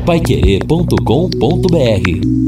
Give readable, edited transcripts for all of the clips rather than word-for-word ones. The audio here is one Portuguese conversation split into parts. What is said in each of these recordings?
paiquerê.com.br.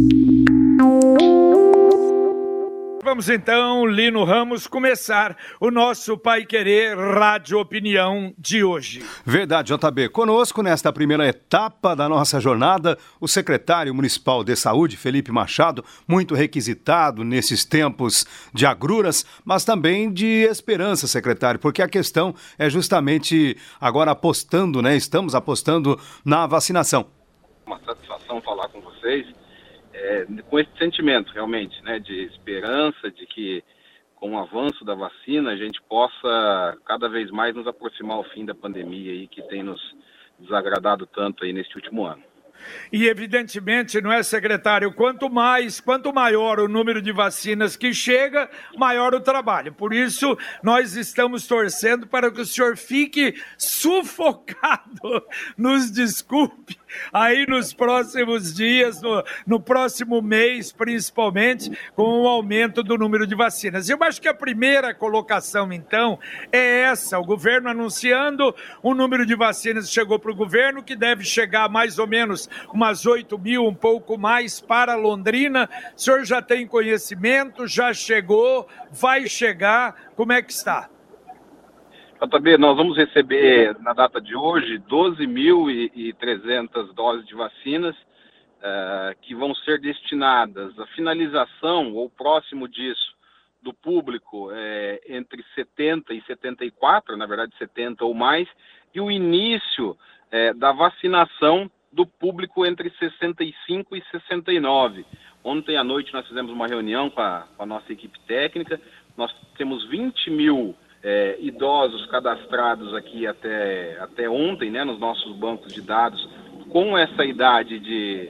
Vamos então, Lino Ramos, começar o nosso Pai Querer Rádio Opinião de hoje. Verdade, JB. Conosco nesta primeira etapa da nossa jornada, o secretário municipal de saúde, Felipe Machado, muito requisitado nesses tempos de agruras, mas também de esperança, secretário, porque a questão é justamente agora apostando, estamos apostando na vacinação. Uma satisfação falar com vocês. Com esse sentimento realmente, de esperança, de que com o avanço da vacina a gente possa cada vez mais nos aproximar ao fim da pandemia aí, que tem nos desagradado tanto aí neste último ano. E evidentemente, não é, secretário, quanto maior o número de vacinas que chega, maior o trabalho. Por isso, nós estamos torcendo para que o senhor fique sufocado, nos desculpe, aí nos próximos dias, no próximo mês, principalmente, com o aumento do número de vacinas. Eu acho que a primeira colocação, então, é essa, o governo anunciando o número de vacinas que chegou para o governo, que deve chegar mais ou menos umas 8 mil, um pouco mais para Londrina. O senhor já tem conhecimento, já chegou, vai chegar, como é que está? JB, nós vamos receber na data de hoje 12.300 doses de vacinas que vão ser destinadas à finalização ou próximo disso do público entre 70 e 74, na verdade 70 ou mais, e o início da vacinação do público entre 65 e 69. Ontem à noite nós fizemos uma reunião com a nossa equipe técnica, nós temos 20 mil idosos cadastrados aqui até ontem, nos nossos bancos de dados, com essa idade de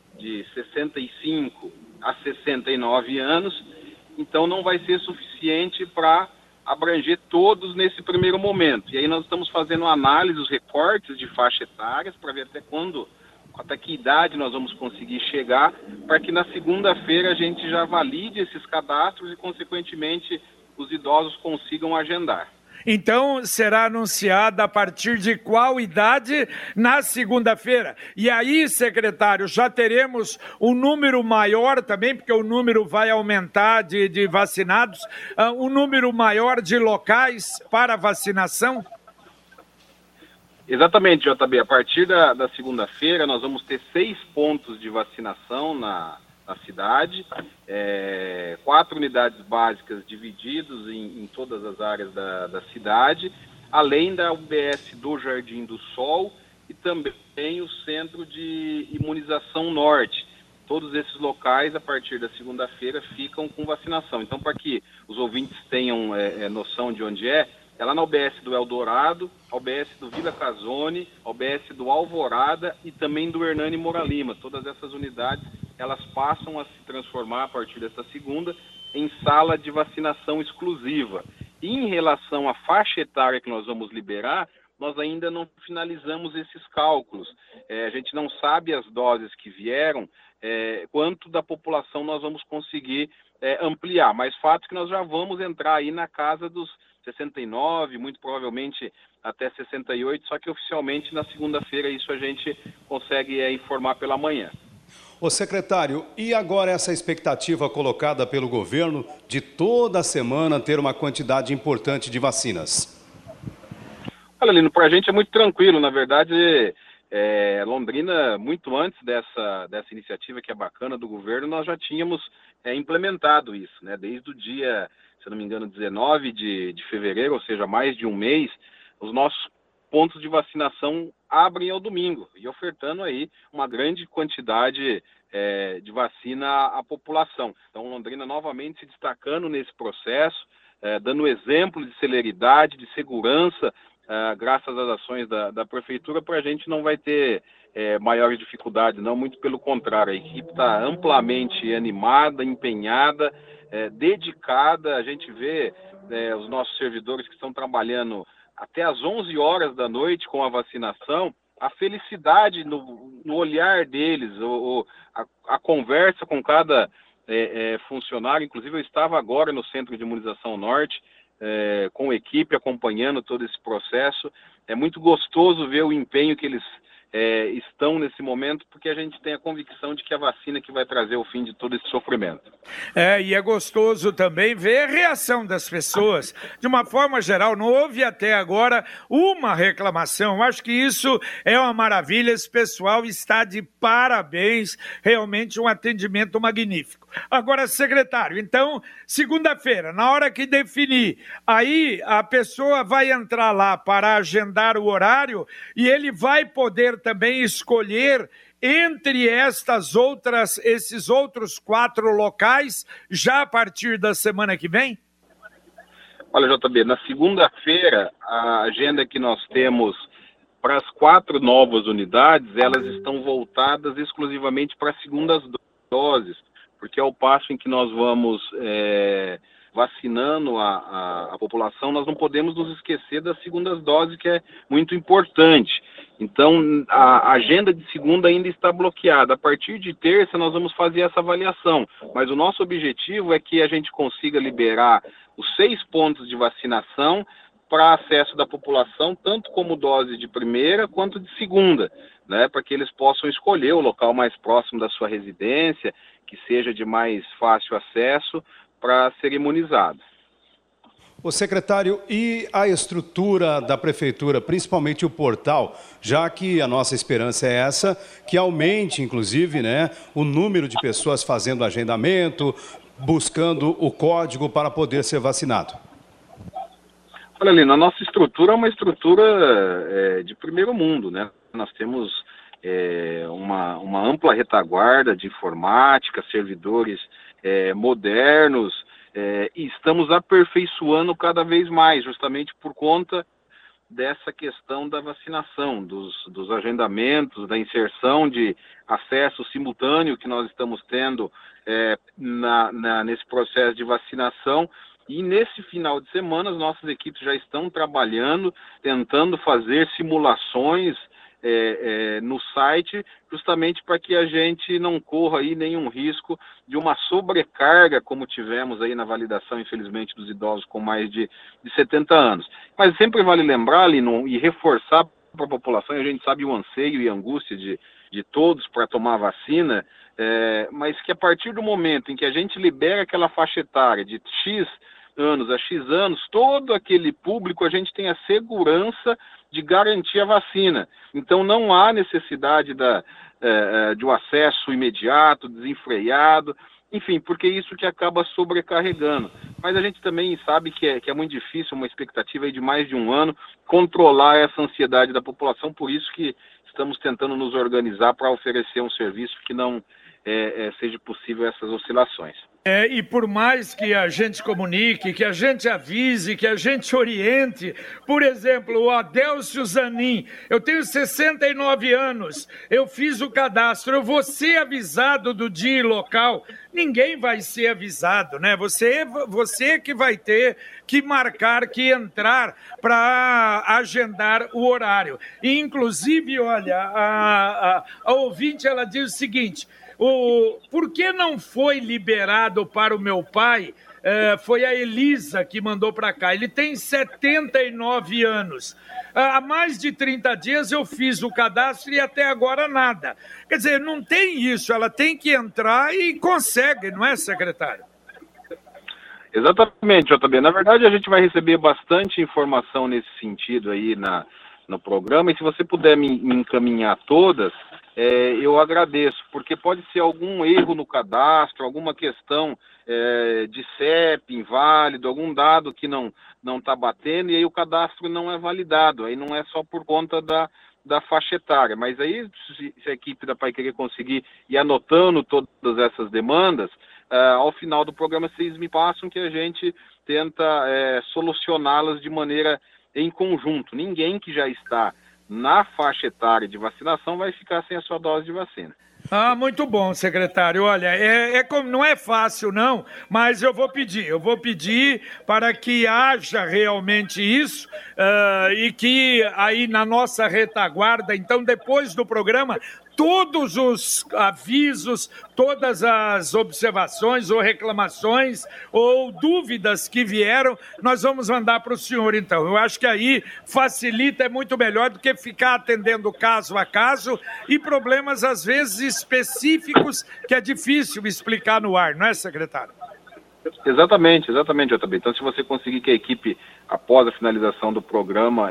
65 a 69 anos, então não vai ser suficiente para abranger todos nesse primeiro momento. E aí nós estamos fazendo análise dos recortes de faixa etárias para ver até que idade nós vamos conseguir chegar, para que na segunda-feira a gente já valide esses cadastros e, consequentemente, os idosos consigam agendar. Então, será anunciada a partir de qual idade na segunda-feira? E aí, secretário, já teremos um número maior também, porque o número vai aumentar de vacinados, um número maior de locais para vacinação? Exatamente, JB. A partir da segunda-feira, nós vamos ter 6 pontos de vacinação na cidade, 4 unidades básicas divididos em todas as áreas da cidade, além da UBS do Jardim do Sol e também o Centro de Imunização Norte. Todos esses locais, a partir da segunda-feira, ficam com vacinação. Então, para que os ouvintes tenham noção de onde é lá na UBS do Eldorado, a UBS do Vila Casone, a UBS do Alvorada e também do Hernani Moura Lima. Todas essas unidades, elas passam a se transformar a partir desta segunda em sala de vacinação exclusiva. E em relação à faixa etária que nós vamos liberar, nós ainda não finalizamos esses cálculos. A gente não sabe as doses que vieram, quanto da população nós vamos conseguir ampliar. Mas fato que nós já vamos entrar aí na casa dos 69, muito provavelmente até 68, só que oficialmente na segunda-feira isso a gente consegue informar pela manhã. Ô secretário, e agora essa expectativa colocada pelo governo de toda semana ter uma quantidade importante de vacinas? Olha, Lino, para a gente é muito tranquilo, na verdade, Londrina, muito antes dessa iniciativa que é bacana do governo, nós já tínhamos implementado isso, desde o dia, se não me engano, 19 de fevereiro, ou seja, mais de um mês, os nossos pontos de vacinação abrem ao domingo e ofertando aí uma grande quantidade de vacina à população. Então, Londrina novamente se destacando nesse processo, dando exemplo de celeridade, de segurança, graças às ações da Prefeitura, para a gente não vai ter maiores dificuldades, não, muito pelo contrário, a equipe está amplamente animada, empenhada, dedicada. A gente vê os nossos servidores que estão trabalhando até às 11 horas da noite com a vacinação, a felicidade no olhar deles, a conversa com cada funcionário. Inclusive eu estava agora no Centro de Imunização Norte, com a equipe acompanhando todo esse processo. É muito gostoso ver o empenho que eles estão nesse momento, porque a gente tem a convicção de que a vacina que vai trazer o fim de todo esse sofrimento. E é gostoso também ver a reação das pessoas. De uma forma geral, não houve até agora uma reclamação. Acho que isso é uma maravilha. Esse pessoal está de parabéns. Realmente um atendimento magnífico. Agora, secretário, então, segunda-feira, na hora que definir, aí a pessoa vai entrar lá para agendar o horário e ele vai poder também escolher entre esses outros 4 locais, já a partir da semana que vem? Olha, JB, na segunda-feira, a agenda que nós temos para as 4 novas unidades, elas estão voltadas exclusivamente para as segundas doses, porque ao passo em que nós vamos vacinando a população, nós não podemos nos esquecer das segundas doses, que é muito importante. Então, a agenda de segunda ainda está bloqueada. A partir de terça, nós vamos fazer essa avaliação. Mas o nosso objetivo é que a gente consiga liberar os 6 pontos de vacinação para acesso da população, tanto como dose de primeira quanto de segunda, né, para que eles possam escolher o local mais próximo da sua residência, que seja de mais fácil acesso, para ser imunizado. O secretário, e a estrutura da prefeitura, principalmente o portal, já que a nossa esperança é essa, que aumente, inclusive, né, o número de pessoas fazendo agendamento, buscando o código para poder ser vacinado? Olha, Lino, a nossa estrutura é uma estrutura de primeiro mundo, né? Nós temos uma ampla retaguarda de informática, servidores modernos, e estamos aperfeiçoando cada vez mais, justamente por conta dessa questão da vacinação, dos agendamentos, da inserção de acesso simultâneo que nós estamos tendo nesse processo de vacinação. E nesse final de semana, as nossas equipes já estão trabalhando, tentando fazer simulações no site, justamente para que a gente não corra aí nenhum risco de uma sobrecarga, como tivemos aí na validação, infelizmente, dos idosos com mais de 70 anos. Mas sempre vale lembrar, Lino, e reforçar para a população, a gente sabe o anseio e a angústia de todos para tomar a vacina, mas que a partir do momento em que a gente libera aquela faixa etária de X anos a X anos, todo aquele público a gente tem a segurança de garantir a vacina. Então não há necessidade de um acesso imediato, desenfreado, enfim, porque isso que acaba sobrecarregando. Mas a gente também sabe que é muito difícil, uma expectativa aí de mais de um ano, controlar essa ansiedade da população, por isso que estamos tentando nos organizar para oferecer um serviço que não seja possível essas oscilações. E por mais que a gente comunique, que a gente avise, que a gente oriente, por exemplo, o Adélcio Zanin, eu tenho 69 anos, eu fiz o cadastro, eu vou ser avisado do dia e local, ninguém vai ser avisado, né? Você que vai ter que marcar, que entrar para agendar o horário. E, inclusive, olha, a ouvinte, ela diz o seguinte: por que não foi liberado para o meu pai? Foi a Elisa que mandou para cá. Ele tem 79 anos. Há mais de 30 dias eu fiz o cadastro e até agora nada. Quer dizer, não tem isso. Ela tem que entrar e consegue, não é, secretário? Exatamente, JB. Na verdade, a gente vai receber bastante informação nesse sentido aí no programa. E se você puder me encaminhar todas, eu agradeço, porque pode ser algum erro no cadastro, alguma questão de CEP inválido, algum dado que não está batendo, e aí o cadastro não é validado. Aí não é só por conta da faixa etária, mas aí se a equipe da Paiquerê conseguir ir anotando todas essas demandas, ao final do programa vocês me passam que a gente tenta solucioná-las de maneira em conjunto. Ninguém que já está na faixa etária de vacinação vai ficar sem a sua dose de vacina. Ah, muito bom, secretário. Olha, não é fácil, não, mas eu vou pedir para que haja realmente isso e que aí na nossa retaguarda, então, depois do programa, todos os avisos, todas as observações ou reclamações ou dúvidas que vieram, nós vamos mandar para o senhor, então. Eu acho que aí facilita, é muito melhor do que ficar atendendo caso a caso e problemas, às vezes, específicos que é difícil explicar no ar, não é, secretário? Exatamente, JB. Então, se você conseguir que a equipe, após a finalização do programa,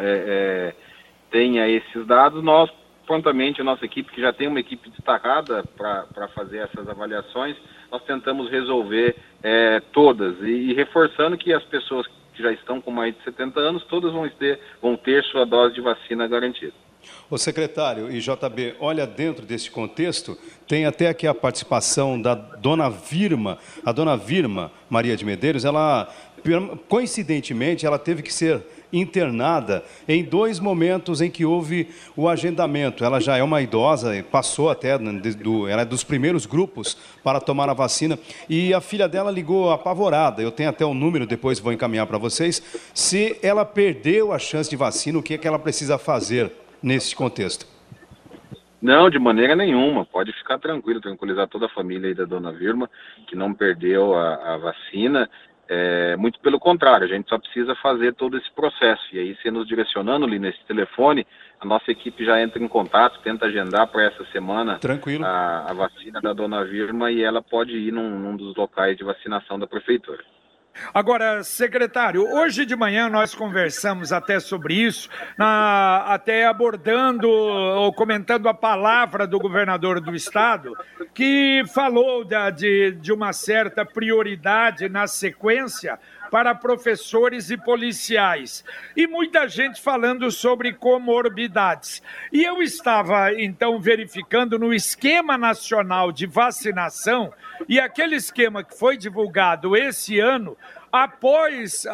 tenha esses dados, nós prontamente, a nossa equipe, que já tem uma equipe destacada para fazer essas avaliações, nós tentamos resolver todas. E reforçando que as pessoas que já estão com mais de 70 anos, todas vão ter sua dose de vacina garantida. Ô secretário e JB, olha, dentro desse contexto, tem até aqui a participação da dona Virma. A dona Virma Maria de Medeiros, ela, coincidentemente, ela teve que ser internada em 2 momentos em que houve o agendamento. Ela já é uma idosa, passou até, ela é dos primeiros grupos para tomar a vacina, e a filha dela ligou apavorada. Eu tenho até o número, depois vou encaminhar para vocês. Se ela perdeu a chance de vacina, o que é que ela precisa fazer nesse contexto? Não, de maneira nenhuma. Pode ficar tranquilo, tranquilizar toda a família aí da dona Virma, que não perdeu a vacina. Muito pelo contrário, a gente só precisa fazer todo esse processo. E aí, você nos direcionando ali nesse telefone, a nossa equipe já entra em contato, tenta agendar para essa semana a vacina da dona Virma, e ela pode ir num dos locais de vacinação da prefeitura. Agora, secretário, hoje de manhã nós conversamos até sobre isso, até abordando ou comentando a palavra do governador do estado, que falou de uma certa prioridade na sequência para professores e policiais. E muita gente falando sobre comorbidades. E eu estava, então, verificando no esquema nacional de vacinação, e aquele esquema que foi divulgado esse ano, após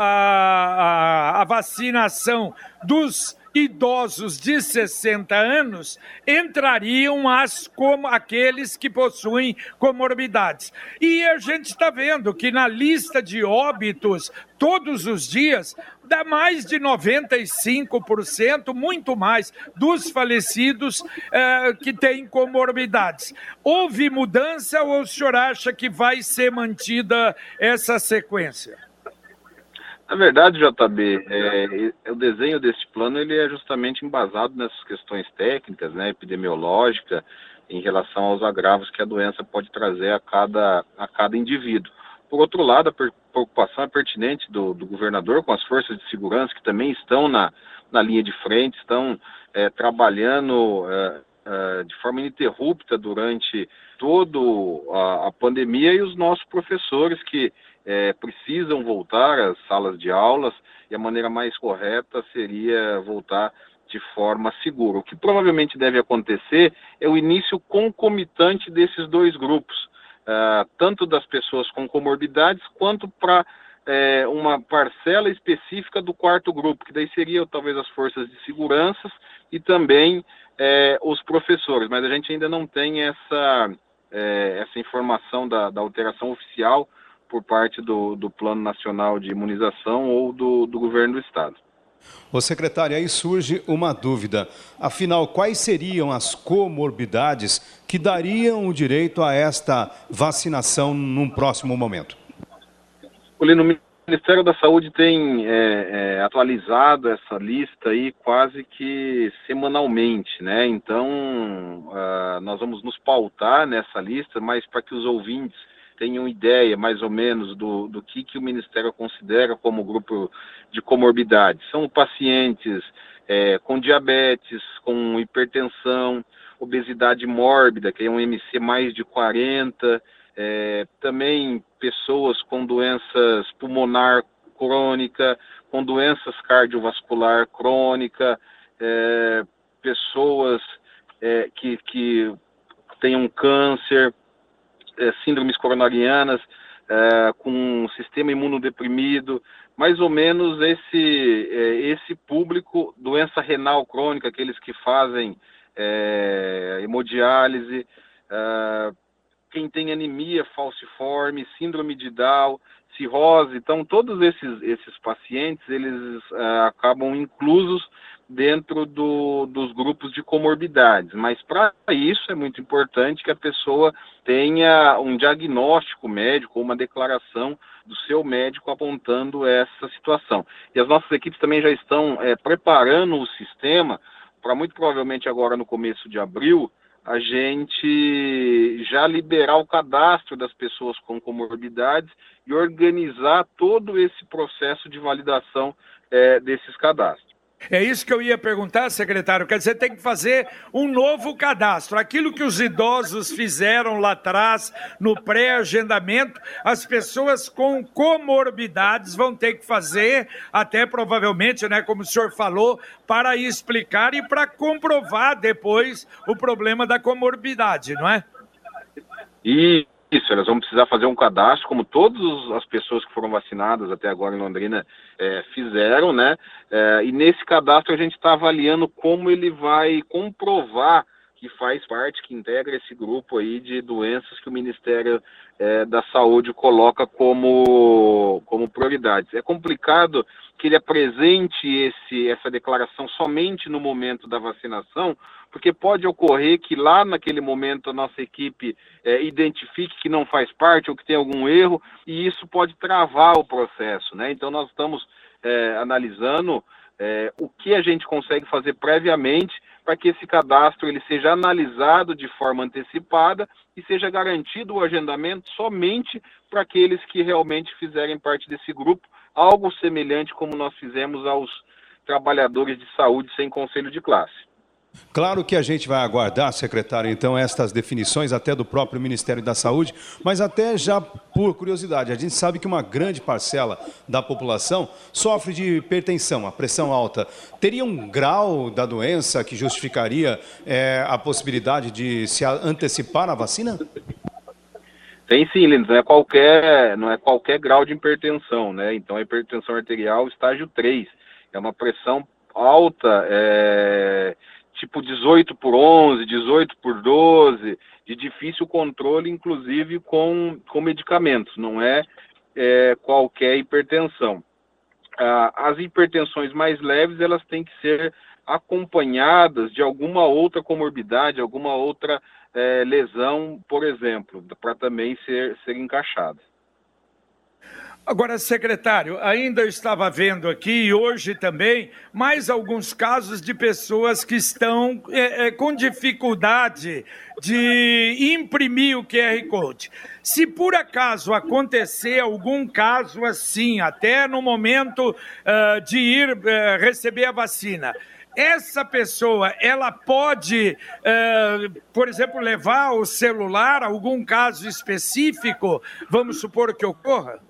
a vacinação dos idosos de 60 anos, entrariam aqueles que possuem comorbidades. E a gente está vendo que na lista de óbitos, todos os dias, dá mais de 95%, muito mais, dos falecidos que têm comorbidades. Houve mudança ou o senhor acha que vai ser mantida essa sequência? Na verdade, JB, o desenho desse plano ele é justamente embasado nessas questões técnicas, né, epidemiológica, em relação aos agravos que a doença pode trazer a cada indivíduo. Por outro lado, a preocupação é pertinente do governador com as forças de segurança que também estão na linha de frente, estão trabalhando de forma ininterrupta durante toda a pandemia, e os nossos professores que precisam voltar às salas de aulas, e a maneira mais correta seria voltar de forma segura. O que provavelmente deve acontecer é o início concomitante desses 2 grupos, tanto das pessoas com comorbidades, quanto para uma parcela específica do 4º grupo, que daí seria talvez as forças de segurança e também os professores, mas a gente ainda não tem essa informação da alteração oficial por parte do Plano Nacional de Imunização ou do governo do estado. Ô secretário, aí surge uma dúvida. Afinal, quais seriam as comorbidades que dariam o direito a esta vacinação num próximo momento? O Ministério da Saúde tem atualizado essa lista aí quase que semanalmente, né? Então, nós vamos nos pautar nessa lista, mas para que os ouvintes tenham ideia, mais ou menos, do que o Ministério considera como grupo de comorbidade. São pacientes com diabetes, com hipertensão, obesidade mórbida, que é um MC mais de 40, também pessoas com doenças pulmonar crônica, com doenças cardiovascular crônica, pessoas que tenham câncer, síndromes coronarianas, com um sistema imunodeprimido, mais ou menos esse público, doença renal crônica, aqueles que fazem hemodiálise, quem tem anemia falciforme, síndrome de Down, cirrose. Então, todos esses pacientes, eles acabam inclusos dentro dos grupos de comorbidades. Mas, para isso, é muito importante que a pessoa tenha um diagnóstico médico, uma declaração do seu médico apontando essa situação. E as nossas equipes também já estão preparando o sistema para, muito provavelmente agora no começo de abril, a gente já liberar o cadastro das pessoas com comorbidades e organizar todo esse processo de validação desses cadastros. É isso que eu ia perguntar, secretário. Quer dizer, tem que fazer um novo cadastro. Aquilo que os idosos fizeram lá atrás, no pré-agendamento, as pessoas com comorbidades vão ter que fazer, até provavelmente, né, como o senhor falou, para explicar e para comprovar depois o problema da comorbidade, não é? Isso, elas vão precisar fazer um cadastro, como todas as pessoas que foram vacinadas até agora em Londrina fizeram, né? E nesse cadastro a gente está avaliando como ele vai comprovar que faz parte, que integra esse grupo aí de doenças que o Ministério da Saúde coloca como prioridades. É complicado que ele apresente essa declaração somente no momento da vacinação, porque pode ocorrer que lá naquele momento a nossa equipe identifique que não faz parte ou que tem algum erro, e isso pode travar o processo, né? Então nós estamos analisando o que a gente consegue fazer previamente para que esse cadastro ele seja analisado de forma antecipada e seja garantido o agendamento somente para aqueles que realmente fizerem parte desse grupo, algo semelhante como nós fizemos aos trabalhadores de saúde sem conselho de classe. Claro que a gente vai aguardar, secretário, então, estas definições até do próprio Ministério da Saúde, mas até já por curiosidade, a gente sabe que uma grande parcela da população sofre de hipertensão, a pressão alta. Teria um grau da doença que justificaria a possibilidade de se antecipar a vacina? Tem sim, Lino, não é qualquer grau de hipertensão, né? Então a hipertensão arterial estágio 3, é uma pressão alta, tipo 18/11, 18/12, de difícil controle, inclusive com medicamentos, não é qualquer hipertensão. As hipertensões mais leves, elas têm que ser acompanhadas de alguma outra comorbidade, alguma outra lesão, por exemplo, para também ser encaixada. Agora, secretário, ainda eu estava vendo aqui, e hoje também, mais alguns casos de pessoas que estão com dificuldade de imprimir o QR Code. Se por acaso acontecer algum caso assim, até no momento de ir receber a vacina, essa pessoa, ela pode, por exemplo, levar o celular, algum caso específico, vamos supor que ocorra?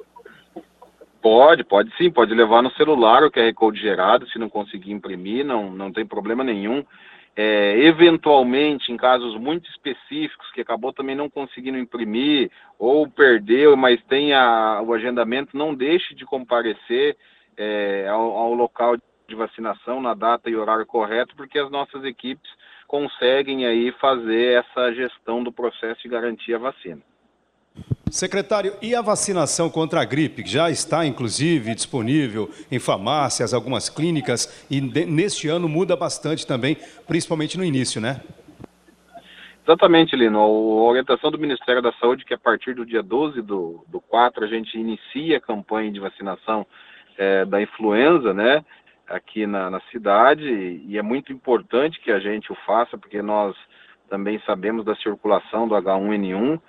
Pode sim, pode levar no celular o QR Code gerado, se não conseguir imprimir, não tem problema nenhum. Eventualmente, em casos muito específicos, que acabou também não conseguindo imprimir, ou perdeu, mas tem o agendamento, não deixe de comparecer ao local de vacinação, na data e horário correto, porque as nossas equipes conseguem aí fazer essa gestão do processo de garantir a vacina. Secretário, e a vacinação contra a gripe, que já está, inclusive, disponível em farmácias, algumas clínicas, e neste ano muda bastante também, principalmente no início, né? Exatamente, Lino. A orientação do Ministério da Saúde, que a partir do dia 12 do 4, a gente inicia a campanha de vacinação da influenza, né, aqui na cidade, e é muito importante que a gente o faça, porque nós também sabemos da circulação do H1N1,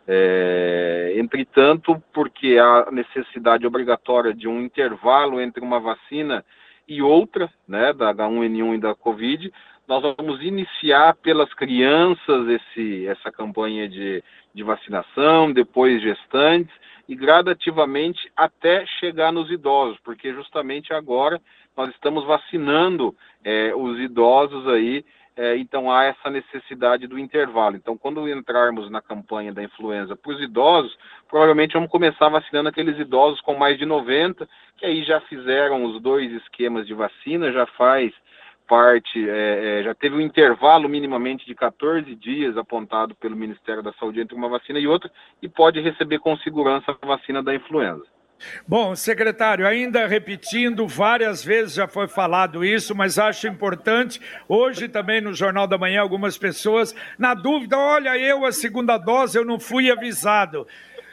entretanto, porque há necessidade obrigatória de um intervalo entre uma vacina e outra, né, da H1N1 e da Covid, nós vamos iniciar pelas crianças essa campanha de vacinação, depois gestantes, e gradativamente até chegar nos idosos, porque justamente agora nós estamos vacinando os idosos aí, então há essa necessidade do intervalo. Então, quando entrarmos na campanha da influenza para os idosos, provavelmente vamos começar vacinando aqueles idosos com mais de 90, que aí já fizeram os 2 esquemas de vacina, já faz parte, já teve um intervalo minimamente de 14 dias apontado pelo Ministério da Saúde entre uma vacina e outra, e pode receber com segurança a vacina da influenza. Bom, secretário, ainda repetindo, várias vezes já foi falado isso, mas acho importante, hoje também no Jornal da Manhã, algumas pessoas, na dúvida, olha, a segunda dose eu não fui avisado.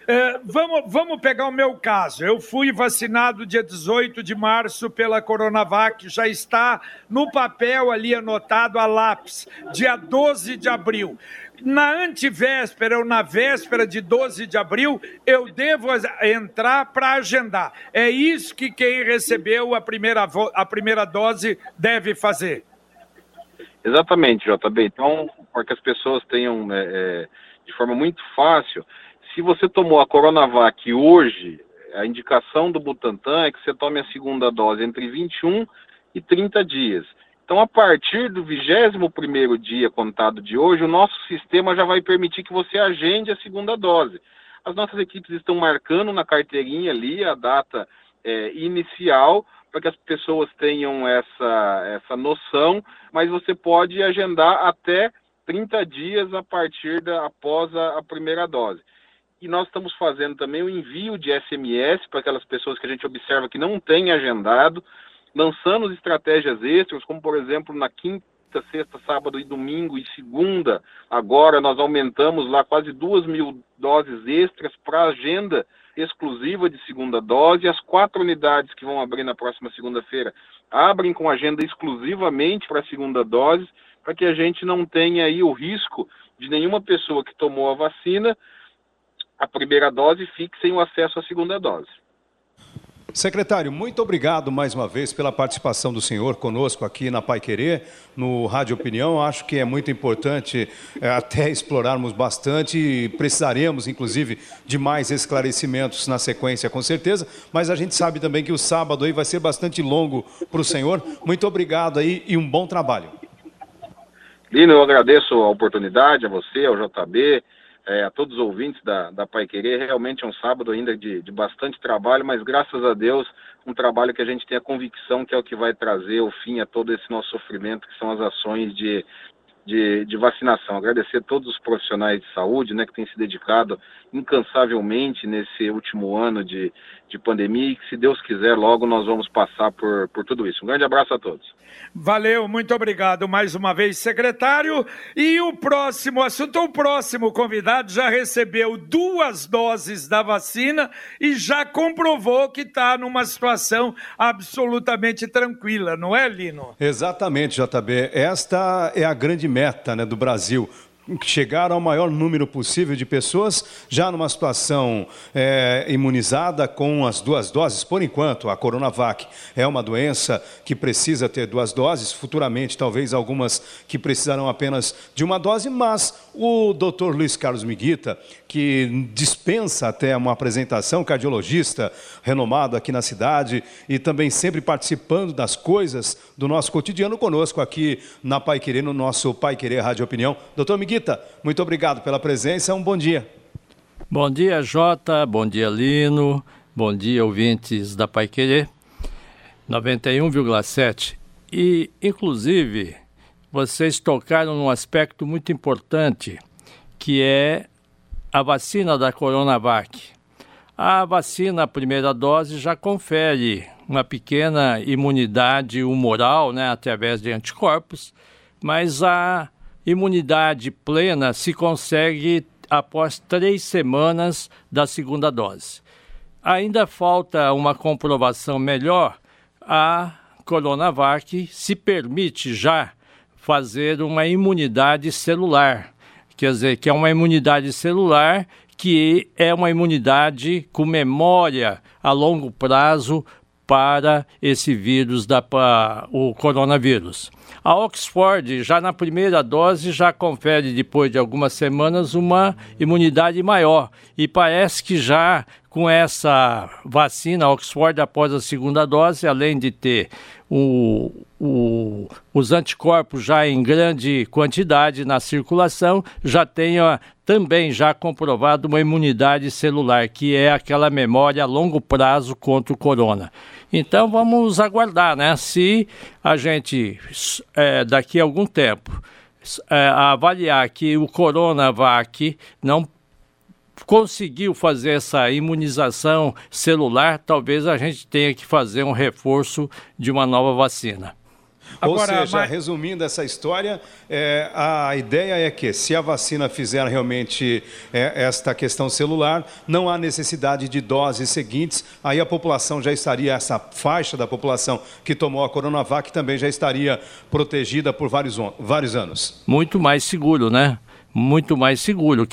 Vamos pegar o meu caso. Eu fui vacinado dia 18 de março pela Coronavac, já está no papel ali anotado a lápis, dia 12 de abril. Na antivéspera ou na véspera de 12 de abril, eu devo entrar para agendar. É isso que quem recebeu a primeira dose deve fazer. Exatamente, JB. Então, para que as pessoas tenham de forma muito fácil, se você tomou a Coronavac hoje, a indicação do Butantan é que você tome a segunda dose entre 21 e 30 dias. Então, a partir do 21º dia contado de hoje, o nosso sistema já vai permitir que você agende a segunda dose. As nossas equipes estão marcando na carteirinha ali a data inicial, para que as pessoas tenham essa noção, mas você pode agendar até 30 dias após a primeira dose. E nós estamos fazendo também o envio de SMS para aquelas pessoas que a gente observa que não têm agendado, lançando estratégias extras, como por exemplo na quinta, sexta, sábado e domingo e segunda. Agora nós aumentamos lá quase 2.000 doses extras para agenda exclusiva de segunda dose. As 4 unidades que vão abrir na próxima segunda-feira abrem com agenda exclusivamente para a segunda dose, para que a gente não tenha aí o risco de nenhuma pessoa que tomou a vacina, a primeira dose, fique sem o acesso à segunda dose. Secretário, muito obrigado mais uma vez pela participação do senhor conosco aqui na Paiquerê, no Rádio Opinião. Acho que é muito importante até explorarmos bastante e precisaremos, inclusive, de mais esclarecimentos na sequência, com certeza. Mas a gente sabe também que o sábado aí vai ser bastante longo para o senhor. Muito obrigado aí e um bom trabalho. Lino, eu agradeço a oportunidade, a você, ao JB, a todos os ouvintes da Paiquerê. Realmente é um sábado ainda de bastante trabalho, mas graças a Deus, um trabalho que a gente tem a convicção que é o que vai trazer o fim a todo esse nosso sofrimento, que são as ações de vacinação. Agradecer a todos os profissionais de saúde, né, que têm se dedicado incansavelmente nesse último ano de pandemia, e que, se Deus quiser, logo nós vamos passar por tudo isso. Um grande abraço a todos. Valeu, muito obrigado mais uma vez, secretário. E o próximo assunto, o próximo convidado já recebeu 2 doses da vacina e já comprovou que está numa situação absolutamente tranquila, não é, Lino? Exatamente, JB. Esta é a grande meta, né, do Brasil. Chegar ao maior número possível de pessoas já numa situação imunizada com as 2 doses. Por enquanto, a Coronavac é uma doença que precisa ter 2 doses, futuramente talvez algumas que precisarão apenas de 1 dose, mas o Dr. Luiz Carlos Miguita, que dispensa até uma apresentação, cardiologista renomado aqui na cidade e também sempre participando das coisas do nosso cotidiano conosco aqui na Paiquerê, no nosso Paiquerê Rádio Opinião. Dr. Miguita, muito obrigado pela presença, um bom dia. Bom dia, Jota, bom dia, Lino, bom dia, ouvintes da Paiquerê 91,7. E, inclusive, vocês tocaram num aspecto muito importante, que é a vacina da Coronavac. A vacina, a primeira dose, já confere uma pequena imunidade humoral, né, através de anticorpos, mas a imunidade plena se consegue após 3 semanas da segunda dose. Ainda falta uma comprovação melhor. A Coronavac se permite já fazer uma imunidade celular, quer dizer, que é uma imunidade celular que é uma imunidade com memória a longo prazo para esse vírus, o coronavírus. A Oxford, já na primeira dose, já confere, depois de algumas semanas, uma imunidade maior. E parece que já com essa vacina Oxford após a segunda dose, além de ter os anticorpos já em grande quantidade na circulação, já tenha também já comprovado uma imunidade celular, que é aquela memória a longo prazo contra o corona. Então vamos aguardar, né? Se a gente, daqui a algum tempo, avaliar que o Coronavac não conseguiu fazer essa imunização celular, talvez a gente tenha que fazer um reforço de uma nova vacina. Ou seja, resumindo essa história, a ideia é que se a vacina fizer realmente esta questão celular, não há necessidade de doses seguintes, aí a população já estaria, essa faixa da população que tomou a Coronavac também já estaria protegida por vários anos. Muito mais seguro, né? Muito mais seguro,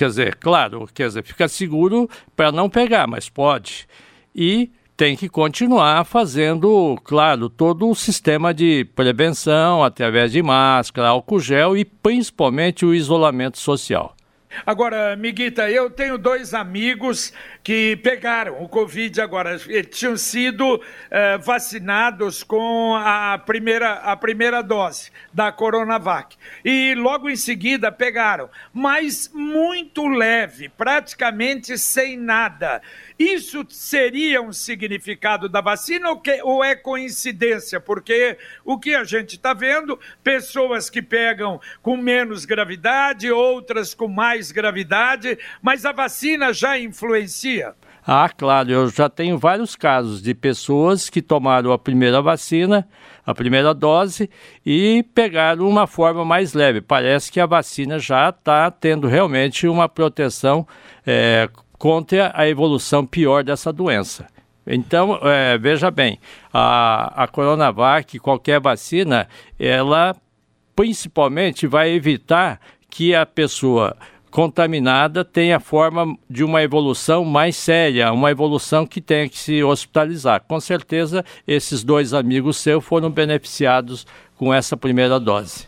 fica seguro para não pegar, mas pode. E tem que continuar fazendo, claro, todo o sistema de prevenção, através de máscara, álcool gel e principalmente o isolamento social. Agora, Miguita, eu tenho 2 amigos que pegaram o Covid agora. Eles tinham sido vacinados com a primeira dose da Coronavac. E logo em seguida pegaram, mas muito leve, praticamente sem nada. Isso seria um significado da vacina ou é coincidência? Porque o que a gente está vendo, pessoas que pegam com menos gravidade, outras com mais gravidade, mas a vacina já influencia? Ah, claro, eu já tenho vários casos de pessoas que tomaram a primeira vacina, a primeira dose, e pegaram uma forma mais leve. Parece que a vacina já está tendo realmente uma proteção contra a evolução pior dessa doença. Então, veja bem, a Coronavac, qualquer vacina, ela principalmente vai evitar que a pessoa contaminada tenha forma de uma evolução mais séria, uma evolução que tenha que se hospitalizar. Com certeza, esses 2 amigos seus foram beneficiados com essa primeira dose.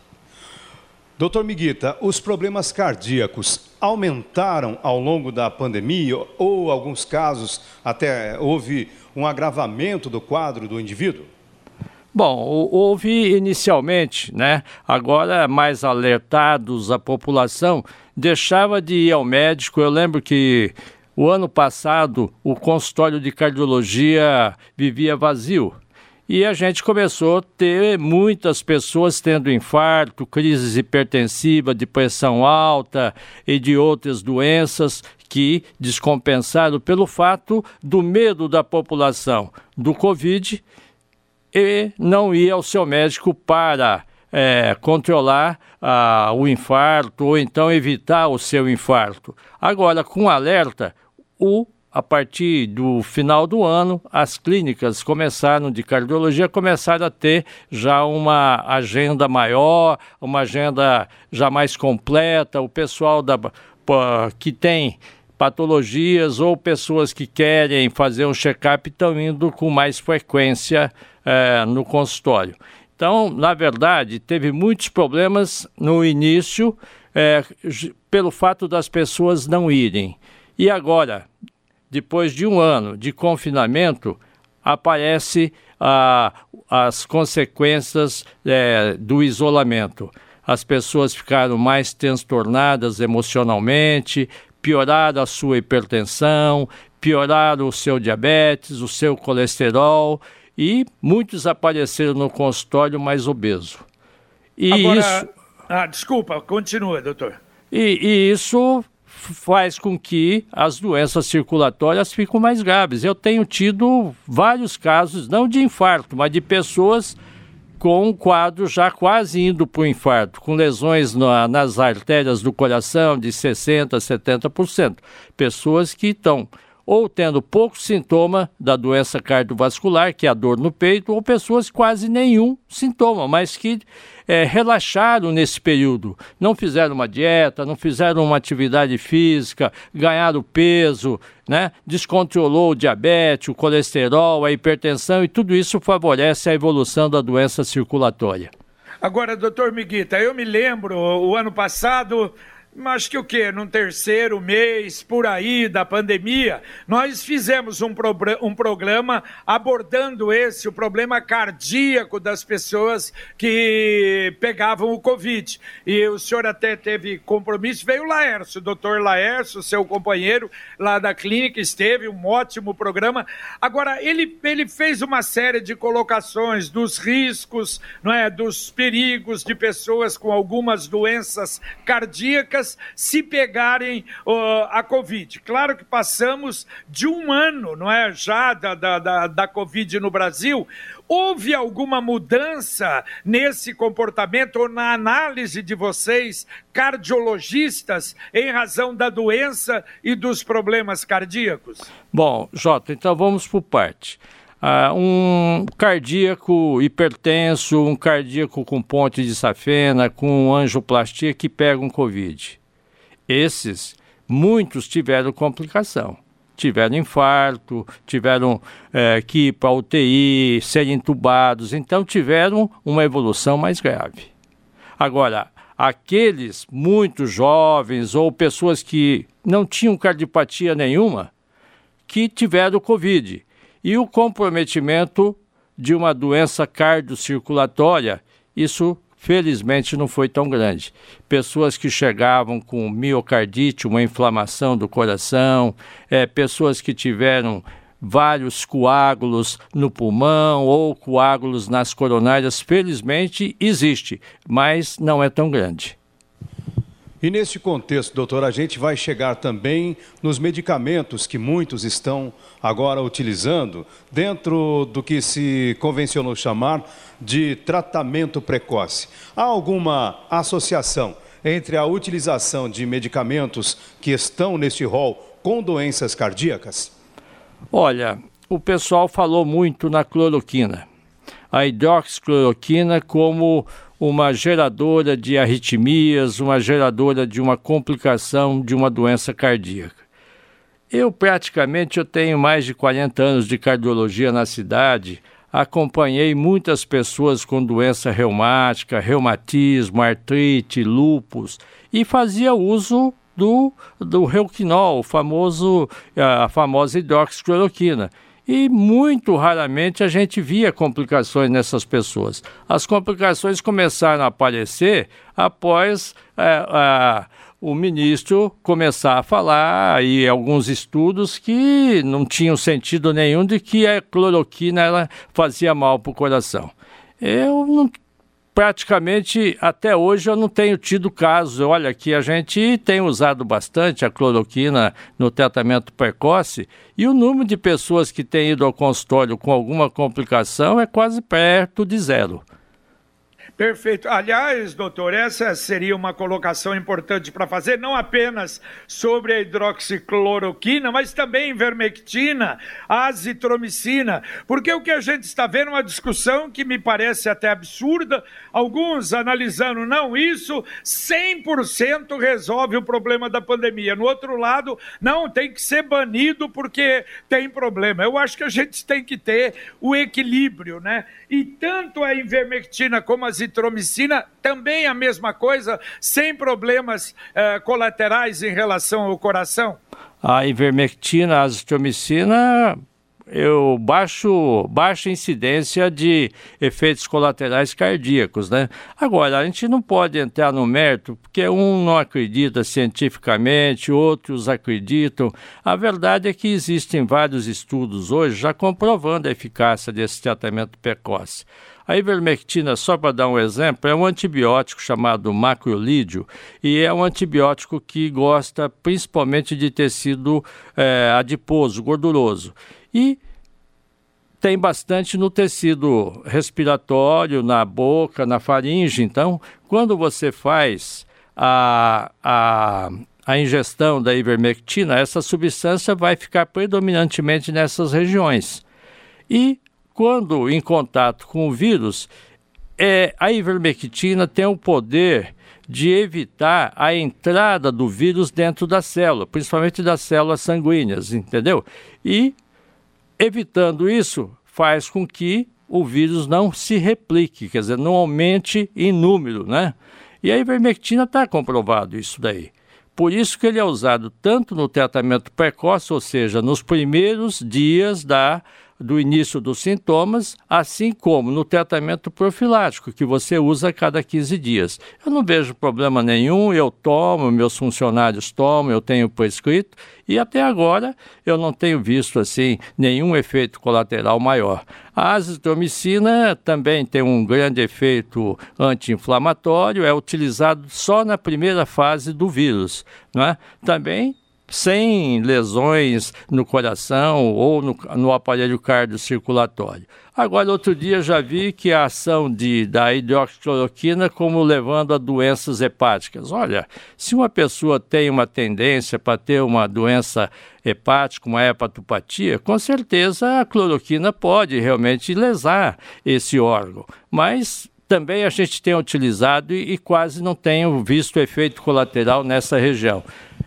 Doutor Miguita, os problemas cardíacos aumentaram ao longo da pandemia ou, em alguns casos, até houve um agravamento do quadro do indivíduo? Bom, houve inicialmente, né? Agora, mais alertados, a população deixava de ir ao médico. Eu lembro que o ano passado o consultório de cardiologia vivia vazio. E a gente começou a ter muitas pessoas tendo infarto, crises hipertensivas, de pressão alta e de outras doenças que descompensaram pelo fato do medo da população do Covid e não ir ao seu médico para controlar o infarto ou então evitar o seu infarto. Agora, com alerta, a partir do final do ano, as clínicas de cardiologia começaram a ter já uma agenda maior, uma agenda já mais completa. O pessoal que tem patologias ou pessoas que querem fazer um check-up estão indo com mais frequência no consultório. Então, na verdade, teve muitos problemas no início pelo fato das pessoas não irem. E agora, depois de um ano de confinamento, aparecem as consequências do isolamento. As pessoas ficaram mais transtornadas emocionalmente, pioraram a sua hipertensão, pioraram o seu diabetes, o seu colesterol, e muitos apareceram no consultório mais obeso. E agora, desculpa, continua, doutor. E isso faz com que as doenças circulatórias fiquem mais graves. Eu tenho tido vários casos, não de infarto, mas de pessoas com um quadro já quase indo para o infarto, com lesões nas artérias do coração de 60%, 70%. Pessoas que estão ou tendo pouco sintoma da doença cardiovascular, que é a dor no peito, ou pessoas quase nenhum sintoma, mas que relaxaram nesse período. Não fizeram uma dieta, não fizeram uma atividade física, ganharam peso, né? Descontrolou o diabetes, o colesterol, a hipertensão, e tudo isso favorece a evolução da doença circulatória. Agora, doutor Miguita, eu me lembro, o ano passado, acho que no terceiro mês, por aí, da pandemia, nós fizemos um programa abordando o problema cardíaco das pessoas que pegavam o Covid. E o senhor até teve compromisso, veio o Laércio, o doutor Laércio, seu companheiro lá da clínica, esteve, um ótimo programa. Agora, ele fez uma série de colocações dos riscos, não é, dos perigos de pessoas com algumas doenças cardíacas se pegarem a Covid. Claro que passamos de um ano, não é, já da Covid no Brasil. Houve alguma mudança nesse comportamento ou na análise de vocês, cardiologistas, em razão da doença e dos problemas cardíacos? Bom, Jota, então vamos por parte. Um cardíaco hipertenso, um cardíaco com ponte de safena, com angioplastia que pegam Covid. Esses, muitos tiveram complicação. Tiveram infarto, tiveram que ir para a UTI, serem entubados, então tiveram uma evolução mais grave. Agora, aqueles muito jovens ou pessoas que não tinham cardiopatia nenhuma, que tiveram Covid. E o comprometimento de uma doença cardiocirculatória, isso felizmente não foi tão grande. Pessoas que chegavam com miocardite, uma inflamação do coração, pessoas que tiveram vários coágulos no pulmão ou coágulos nas coronárias, felizmente existe, mas não é tão grande. E neste contexto, doutor, a gente vai chegar também nos medicamentos que muitos estão agora utilizando dentro do que se convencionou chamar de tratamento precoce. Há alguma associação entre a utilização de medicamentos que estão neste rol com doenças cardíacas? Olha, o pessoal falou muito na cloroquina. A hidroxicloroquina como uma geradora de arritmias, uma geradora de uma complicação de uma doença cardíaca. Eu tenho mais de 40 anos de cardiologia na cidade, acompanhei muitas pessoas com doença reumática, reumatismo, artrite, lúpus, e fazia uso do Reuquinol, a famosa hidroxicloroquina. E muito raramente a gente via complicações nessas pessoas. As complicações começaram a aparecer após o ministro começar a falar e alguns estudos que não tinham sentido nenhum de que a cloroquina ela fazia mal para o coração. Praticamente, até hoje, eu não tenho tido casos. Olha, que a gente tem usado bastante a cloroquina no tratamento precoce e o número de pessoas que têm ido ao consultório com alguma complicação é quase perto de zero. Perfeito. Aliás, doutor, essa seria uma colocação importante para fazer, não apenas sobre a hidroxicloroquina, mas também ivermectina, azitromicina, porque o que a gente está vendo é uma discussão que me parece até absurda, alguns analisando, não, isso 100% resolve o problema da pandemia. No outro lado, não, tem que ser banido porque tem problema. Eu acho que a gente tem que ter o equilíbrio, né? E tanto a ivermectina como a azitromicina, também a mesma coisa, sem problemas colaterais em relação ao coração? A ivermectina, a azitromicina, baixa incidência de efeitos colaterais cardíacos, né? Agora, a gente não pode entrar no mérito, porque um não acredita cientificamente, outros acreditam. A verdade é que existem vários estudos hoje já comprovando a eficácia desse tratamento precoce. A ivermectina, só para dar um exemplo, é um antibiótico chamado macrolídeo e é um antibiótico que gosta principalmente de tecido adiposo, gorduroso. E tem bastante no tecido respiratório, na boca, na faringe. Então, quando você faz a ingestão da ivermectina, essa substância vai ficar predominantemente nessas regiões. E quando em contato com o vírus, a ivermectina tem o poder de evitar a entrada do vírus dentro da célula, principalmente das células sanguíneas, entendeu? E evitando isso, faz com que o vírus não se replique, quer dizer, não aumente em número, né? E a ivermectina está comprovado isso daí. Por isso que ele é usado tanto no tratamento precoce, ou seja, nos primeiros dias do início dos sintomas, assim como no tratamento profilático, que você usa a cada 15 dias. Eu não vejo problema nenhum, eu tomo, meus funcionários tomam, eu tenho prescrito, e até agora eu não tenho visto assim nenhum efeito colateral maior. A azitromicina também tem um grande efeito anti-inflamatório, é utilizado só na primeira fase do vírus, não é? Também sem lesões no coração ou no aparelho cardiocirculatório. Agora, outro dia já vi que a ação da hidroxicloroquina como levando a doenças hepáticas. Olha, se uma pessoa tem uma tendência para ter uma doença hepática, uma hepatopatia, com certeza a cloroquina pode realmente lesar esse órgão, mas também a gente tem utilizado e quase não tem visto efeito colateral nessa região.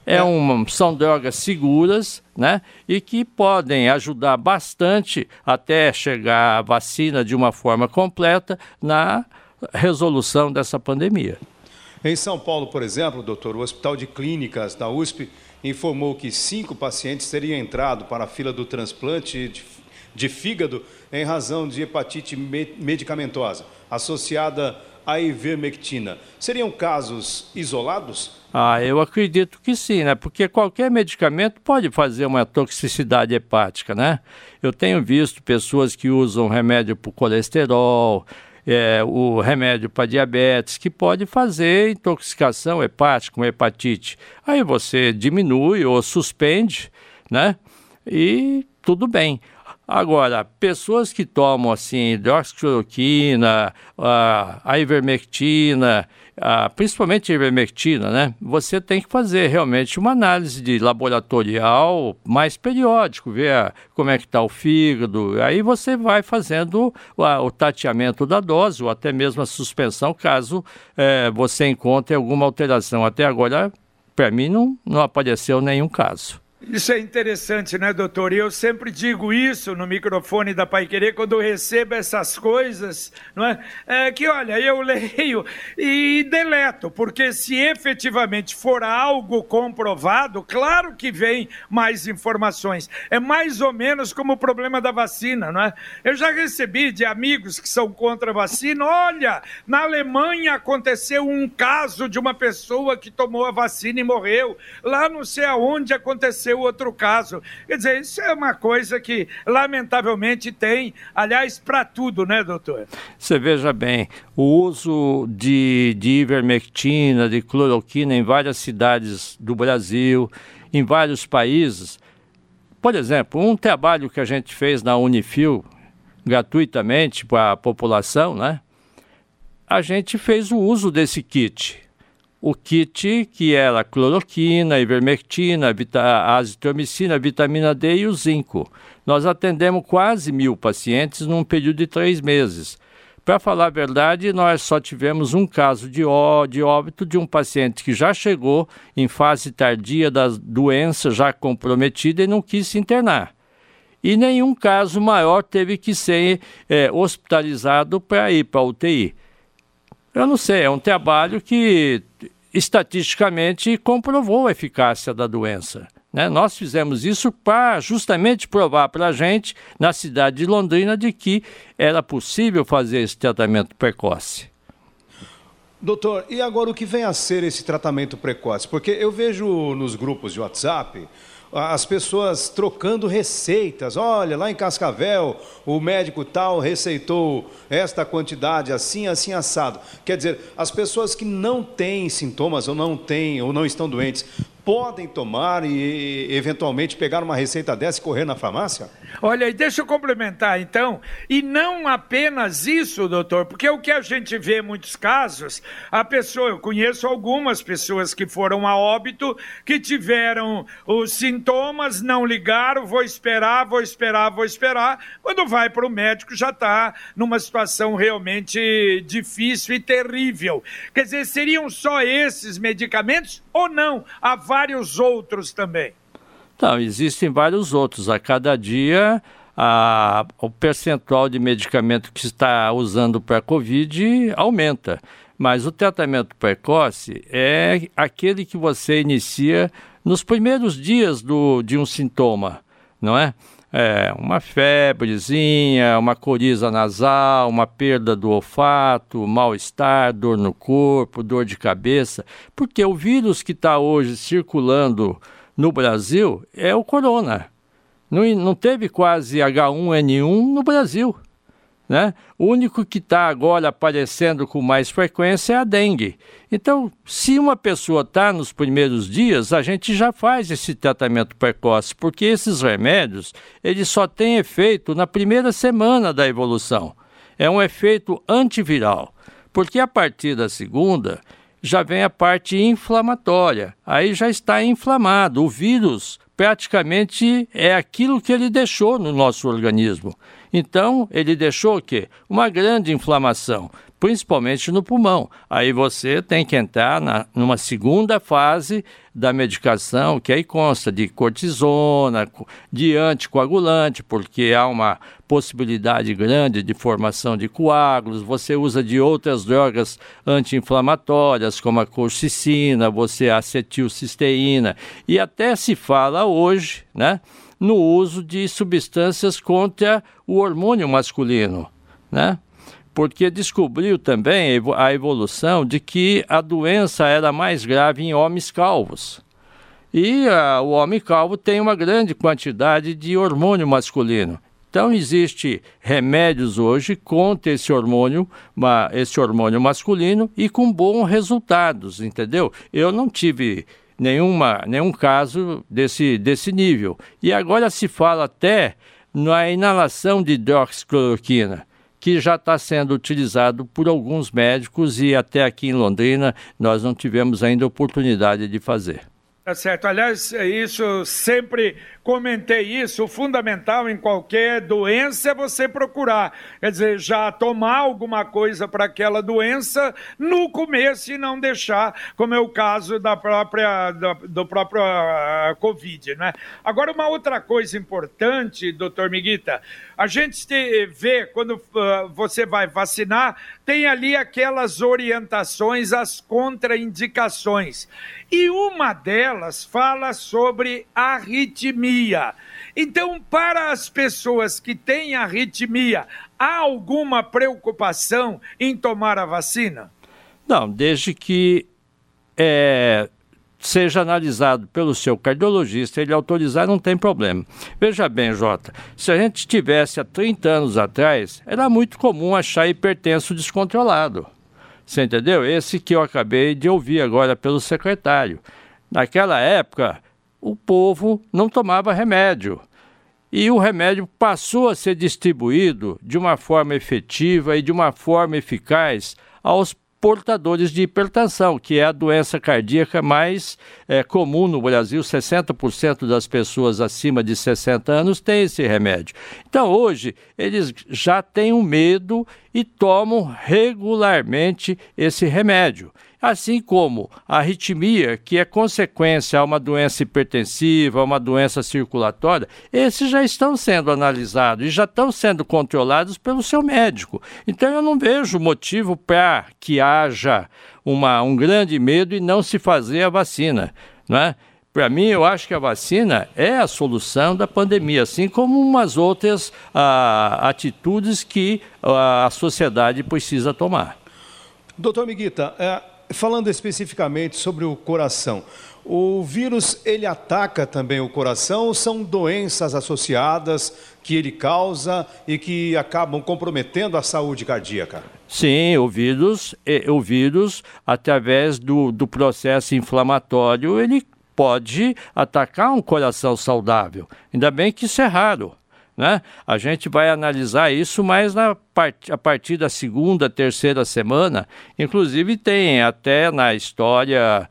São drogas seguras, né? E que podem ajudar bastante até chegar à vacina de uma forma completa na resolução dessa pandemia. Em São Paulo, por exemplo, doutor, o Hospital de Clínicas da USP informou que 5 pacientes teriam entrado para a fila do transplante de fígado em razão de hepatite medicamentosa associada à ivermectina. Seriam casos isolados? Eu acredito que sim, né? Porque qualquer medicamento pode fazer uma toxicidade hepática, né? Eu tenho visto pessoas que usam remédio para o colesterol, o remédio para diabetes, que pode fazer intoxicação hepática, uma hepatite. Aí você diminui ou suspende, né? E tudo bem. Agora, pessoas que tomam assim hidroxicloroquina, a ivermectina, principalmente a ivermectina, né? Você tem que fazer realmente uma análise de laboratorial mais periódico, ver como é que está o fígado. Aí você vai fazendo o tateamento da dose ou até mesmo a suspensão, caso você encontre alguma alteração. Até agora, para mim, não apareceu nenhum caso. Isso é interessante, né, doutor? E eu sempre digo isso no microfone da Paiquerê, quando eu recebo essas coisas, não é? Que, olha, eu leio e deleto, porque se efetivamente for algo comprovado, claro que vem mais informações. É mais ou menos como o problema da vacina, não é? Eu já recebi de amigos que são contra a vacina, olha, na Alemanha aconteceu um caso de uma pessoa que tomou a vacina e morreu, lá não sei aonde aconteceu outro caso. Quer dizer, isso é uma coisa que lamentavelmente tem, aliás, para tudo, né, doutor? Você veja bem, o uso de ivermectina, de cloroquina em várias cidades do Brasil, em vários países. Por exemplo, um trabalho que a gente fez na Unifil, gratuitamente para a população, né? A gente fez o uso desse kit. O kit que era cloroquina, ivermectina, azitromicina, vitamina D e o zinco. Nós atendemos quase 1.000 pacientes num período de 3 meses. Para falar a verdade, nós só tivemos um caso de óbito de um paciente que já chegou em fase tardia da doença, já comprometida e não quis se internar. E nenhum caso maior teve que ser hospitalizado para ir para a UTI. Eu não sei, é um trabalho que estatisticamente comprovou a eficácia da doença, né? Nós fizemos isso para justamente provar para a gente, na cidade de Londrina, de que era possível fazer esse tratamento precoce. Doutor, e agora o que vem a ser esse tratamento precoce? Porque eu vejo nos grupos de WhatsApp as pessoas trocando receitas. Olha, lá em Cascavel, o médico tal receitou esta quantidade, assim, assim, assado. Quer dizer, as pessoas que não têm sintomas ou não estão doentes, podem tomar e, eventualmente, pegar uma receita dessa e correr na farmácia? Olha, e deixa eu complementar, então. E não apenas isso, doutor, porque o que a gente vê em muitos casos, eu conheço algumas pessoas que foram a óbito, que tiveram os sintomas, não ligaram, vou esperar. Quando vai para o médico, já está numa situação realmente difícil e terrível. Quer dizer, seriam só esses medicamentos ou não? Há vários outros também. Não, existem vários outros. A cada dia, o percentual de medicamento que está usando para a Covid aumenta. Mas o tratamento precoce é aquele que você inicia nos primeiros dias de um sintoma, não é? Uma febrezinha, uma coriza nasal, uma perda do olfato, mal-estar, dor no corpo, dor de cabeça, porque o vírus que está hoje circulando no Brasil é o corona. Não teve quase H1N1 no Brasil, né? O único que está agora aparecendo com mais frequência é a dengue. Então, se uma pessoa está nos primeiros dias, a gente já faz esse tratamento precoce, porque esses remédios, eles só têm efeito na primeira semana da evolução. É um efeito antiviral, porque a partir da segunda já vem a parte inflamatória. Aí já está inflamado. O vírus praticamente é aquilo que ele deixou no nosso organismo. Então, ele deixou o quê? Uma grande inflamação, principalmente no pulmão. Aí você tem que entrar numa segunda fase da medicação, que aí consta de cortisona, de anticoagulante, porque há uma possibilidade grande de formação de coágulos. Você usa de outras drogas anti-inflamatórias, como a colchicina, a acetilcisteína, e até se fala hoje, né, no uso de substâncias contra o hormônio masculino, né? Porque descobriu também a evolução de que a doença era mais grave em homens calvos. E o homem calvo tem uma grande quantidade de hormônio masculino. Então, existe remédios hoje contra esse hormônio masculino e com bons resultados, entendeu? Eu não tive nenhum caso desse nível. E agora se fala até na inalação de hidroxicloroquina, que já está sendo utilizado por alguns médicos e até aqui em Londrina nós não tivemos ainda oportunidade de fazer. Tá certo. Aliás, isso sempre comentei isso, o fundamental em qualquer doença é você procurar, quer dizer, já tomar alguma coisa para aquela doença no começo e não deixar, como é o caso do próprio Covid, né? Agora, uma outra coisa importante, doutor Miguita, a gente vê, quando você vai vacinar, tem ali aquelas orientações, as contraindicações, e uma delas fala sobre arritmia. Então, para as pessoas que têm arritmia, há alguma preocupação em tomar a vacina? Não, desde que seja analisado pelo seu cardiologista, ele autorizar, não tem problema. Veja bem, Jota, se a gente tivesse há 30 anos atrás, era muito comum achar hipertenso descontrolado. Você entendeu? Esse que eu acabei de ouvir agora pelo secretário. Naquela época, o povo não tomava remédio. E o remédio passou a ser distribuído de uma forma efetiva e de uma forma eficaz aos portadores de hipertensão, que é a doença cardíaca mais comum no Brasil. 60% das pessoas acima de 60 anos têm esse remédio. Então, hoje, eles já têm um medo e tomam regularmente esse remédio. Assim como a arritmia, que é consequência a uma doença hipertensiva, a uma doença circulatória, esses já estão sendo analisados e já estão sendo controlados pelo seu médico. Então, eu não vejo motivo para que haja um grande medo e não se fazer a vacina, não é? Para mim, eu acho que a vacina é a solução da pandemia, assim como umas outras atitudes que a sociedade precisa tomar. Doutor Miguita, falando especificamente sobre o coração, o vírus, ele ataca também o coração ou são doenças associadas que ele causa e que acabam comprometendo a saúde cardíaca? Sim, o vírus através do processo inflamatório, ele pode atacar um coração saudável. Ainda bem que isso é raro, né? A gente vai analisar isso mais a partir da segunda, terceira semana. Inclusive tem até na história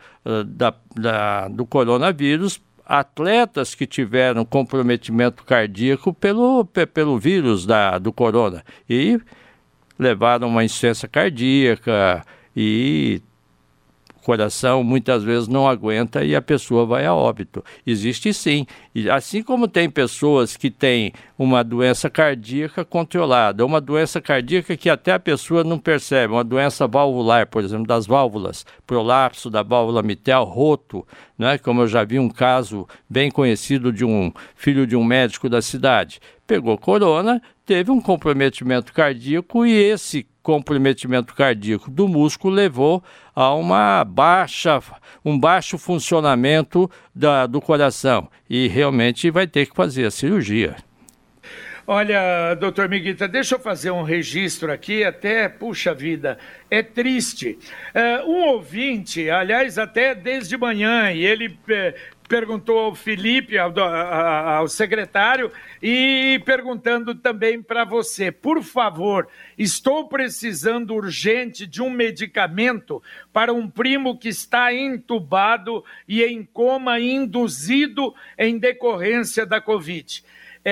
do coronavírus atletas que tiveram comprometimento cardíaco pelo vírus do corona e levaram uma insuficiência cardíaca e coração muitas vezes não aguenta e a pessoa vai a óbito. Existe sim. E assim como tem pessoas que têm uma doença cardíaca controlada, uma doença cardíaca que até a pessoa não percebe, uma doença valvular, por exemplo, das válvulas, prolapso da válvula mitral, roto, né? Como eu já vi um caso bem conhecido de um filho de um médico da cidade. Pegou corona, teve um comprometimento cardíaco e esse comprometimento cardíaco do músculo levou a um baixo funcionamento do coração e realmente vai ter que fazer a cirurgia. Olha, doutor Miguita, deixa eu fazer um registro aqui, até, puxa vida, é triste. Um ouvinte, aliás, até desde manhã, e ele perguntou ao Felipe, ao secretário, e perguntando também para você, por favor, estou precisando urgente de um medicamento para um primo que está entubado e em coma induzido em decorrência da Covid.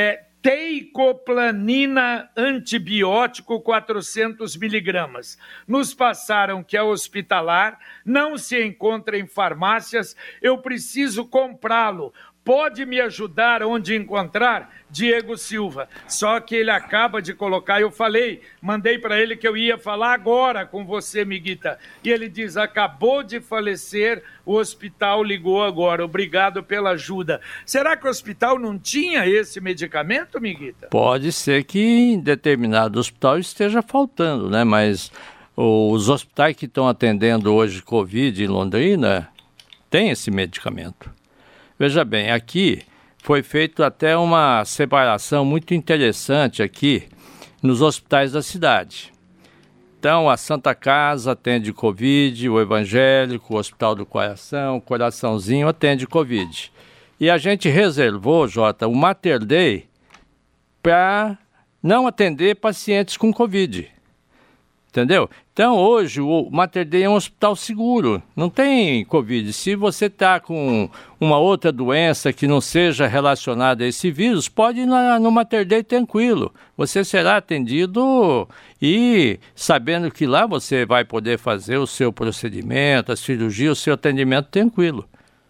Teicoplanina antibiótico 400 miligramas. Nos passaram que é hospitalar, não se encontra em farmácias, eu preciso comprá-lo. Pode me ajudar onde encontrar? Diego Silva. Só que ele acaba de colocar, eu mandei para ele que eu ia falar agora com você, Miguita. E ele diz, acabou de falecer, o hospital ligou agora. Obrigado pela ajuda. Será que o hospital não tinha esse medicamento, Miguita? Pode ser que em determinado hospital esteja faltando, né? Mas os hospitais que estão atendendo hoje Covid em Londrina têm esse medicamento. Veja bem, aqui foi feita até uma separação muito interessante aqui nos hospitais da cidade. Então, a Santa Casa atende Covid, o Evangélico, o Hospital do Coração, o Coraçãozinho atende Covid. E a gente reservou, Jota, o Mater Dei para não atender pacientes com Covid. Entendeu? Então, hoje, o Mater Dei é um hospital seguro, não tem Covid. Se você está com uma outra doença que não seja relacionada a esse vírus, pode ir no Mater Dei tranquilo. Você será atendido e sabendo que lá você vai poder fazer o seu procedimento, a cirurgia, o seu atendimento tranquilo.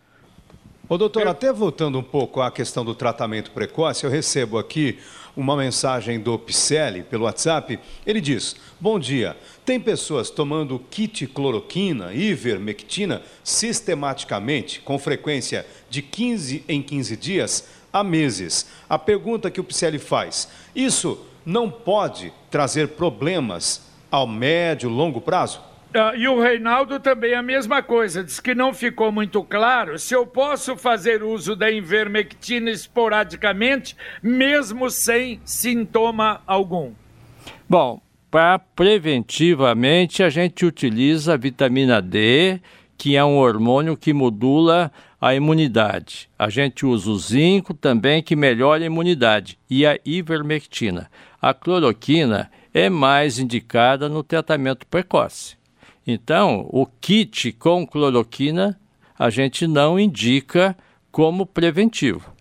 Ô, doutor, até voltando um pouco à questão do tratamento precoce, eu recebo aqui uma mensagem do Picelli pelo WhatsApp. Ele diz, bom dia, tem pessoas tomando kit cloroquina, ivermectina, sistematicamente, com frequência de 15 em 15 dias, há meses. A pergunta que o Picelli faz, isso não pode trazer problemas ao médio, longo prazo? E o Reinaldo também a mesma coisa, diz que não ficou muito claro se eu posso fazer uso da ivermectina esporadicamente, mesmo sem sintoma algum. Bom, para preventivamente a gente utiliza a vitamina D, que é um hormônio que modula a imunidade. A gente usa o zinco também, que melhora a imunidade, e a ivermectina. A cloroquina é mais indicada no tratamento precoce. Então, o kit com cloroquina a gente não indica como preventivo.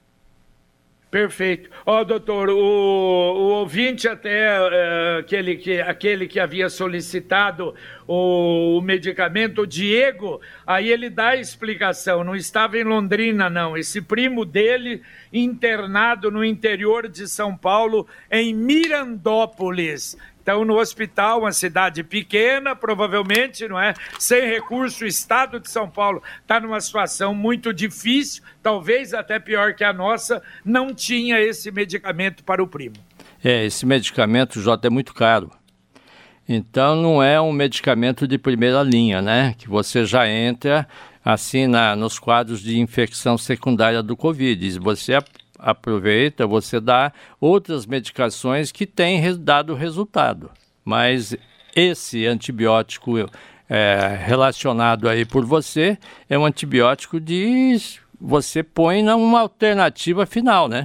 Perfeito. Doutor, o ouvinte até, aquele que havia solicitado o medicamento, o Diego, aí ele dá a explicação, não estava em Londrina não, esse primo dele internado no interior de São Paulo, em Mirandópolis. Então, no hospital, uma cidade pequena, provavelmente, não é? Sem recurso, o estado de São Paulo está numa situação muito difícil, talvez até pior que a nossa, não tinha esse medicamento para o primo. Esse medicamento, Jota, é muito caro. Então, não é um medicamento de primeira linha, né? Que você já entra, assim, nos quadros de infecção secundária do Covid. Você aproveita, você dá outras medicações que têm dado resultado. Mas esse antibiótico relacionado aí por você é um antibiótico você põe numa alternativa final, né?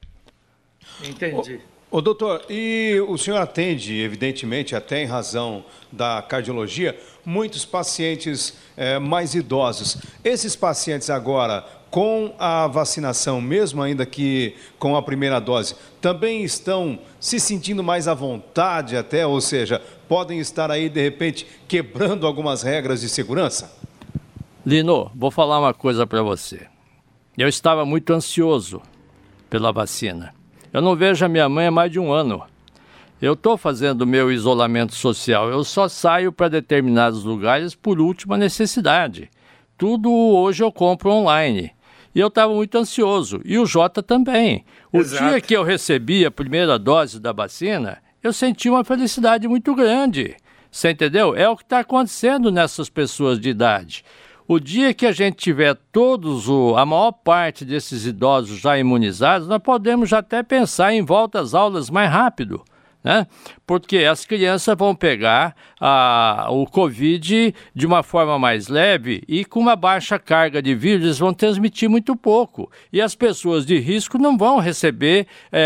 Entendi. Ô doutor, e o senhor atende, evidentemente, até em razão da cardiologia, muitos pacientes mais idosos. Esses pacientes agora, com a vacinação, mesmo ainda que com a primeira dose, também estão se sentindo mais à vontade até, ou seja, podem estar aí, de repente, quebrando algumas regras de segurança? Lino, vou falar uma coisa para você. Eu estava muito ansioso pela vacina. Eu não vejo a minha mãe há mais de um ano. Eu estou fazendo meu isolamento social. Eu só saio para determinados lugares por última necessidade. Tudo hoje eu compro online. E eu estava muito ansioso. E o Jota também. O dia que eu recebi a primeira dose da vacina, eu senti uma felicidade muito grande. Você entendeu? É o que está acontecendo nessas pessoas de idade. O dia que a gente tiver a maior parte desses idosos já imunizados, nós podemos já até pensar em volta às aulas mais rápido, né? Porque as crianças vão pegar o Covid de uma forma mais leve e com uma baixa carga de vírus, eles vão transmitir muito pouco. E as pessoas de risco não vão receber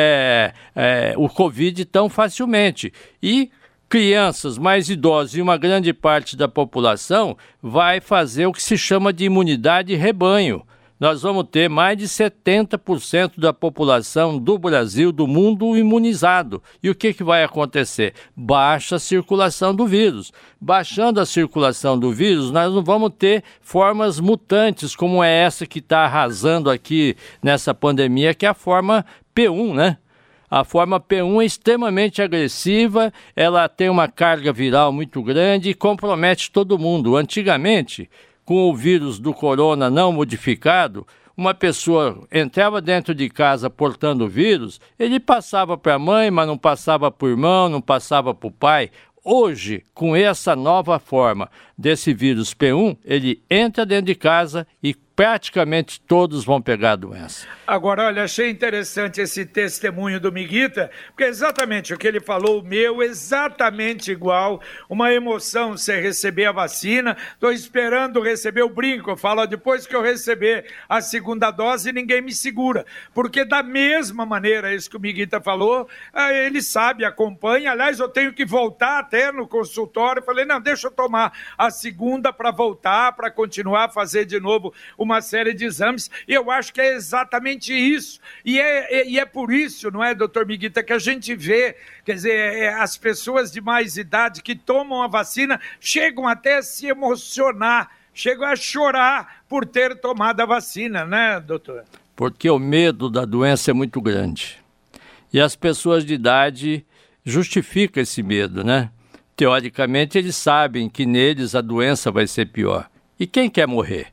o Covid tão facilmente. E crianças, mais idosos e uma grande parte da população vai fazer o que se chama de imunidade rebanho. Nós vamos ter mais de 70% da população do Brasil, do mundo, imunizado. E o que vai acontecer? Baixa a circulação do vírus. Baixando a circulação do vírus, nós não vamos ter formas mutantes, como é essa que está arrasando aqui nessa pandemia, que é a forma P1, né? A forma P1 é extremamente agressiva, ela tem uma carga viral muito grande e compromete todo mundo. Antigamente, com o vírus do corona não modificado, uma pessoa entrava dentro de casa portando o vírus, ele passava para a mãe, mas não passava para o irmão, não passava para o pai. Hoje, com essa nova forma desse vírus P1, ele entra dentro de casa e praticamente todos vão pegar a doença. Agora, olha, achei interessante esse testemunho do Miguita, porque exatamente o que ele falou, o meu, exatamente igual, uma emoção você receber a vacina, estou esperando receber o brinco, eu falo, depois que eu receber a segunda dose, ninguém me segura, porque da mesma maneira, isso que o Miguita falou, ele sabe, acompanha, aliás, eu tenho que voltar até no consultório, falei, não, deixa eu tomar a segunda para voltar, para continuar a fazer de novo uma série de exames, e eu acho que é exatamente isso, e é por isso, não é, doutor Miguita, que a gente vê, quer dizer, as pessoas de mais idade que tomam a vacina chegam até a se emocionar, chegam a chorar por ter tomado a vacina, né, doutor? Porque o medo da doença é muito grande, e as pessoas de idade justificam esse medo, né? Teoricamente, eles sabem que neles a doença vai ser pior. E quem quer morrer?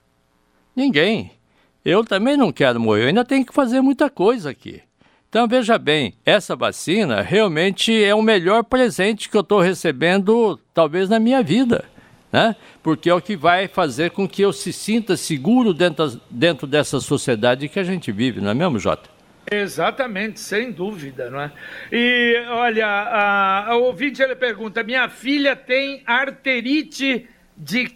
Ninguém. Eu também não quero morrer, eu ainda tenho que fazer muita coisa aqui. Então, veja bem, essa vacina realmente é o melhor presente que eu estou recebendo, talvez, na minha vida, né? Porque é o que vai fazer com que eu se sinta seguro dentro dessa sociedade que a gente vive, não é mesmo, Jota? Exatamente, sem dúvida, não é? E, olha, a ouvinte, ele pergunta, minha filha tem arterite de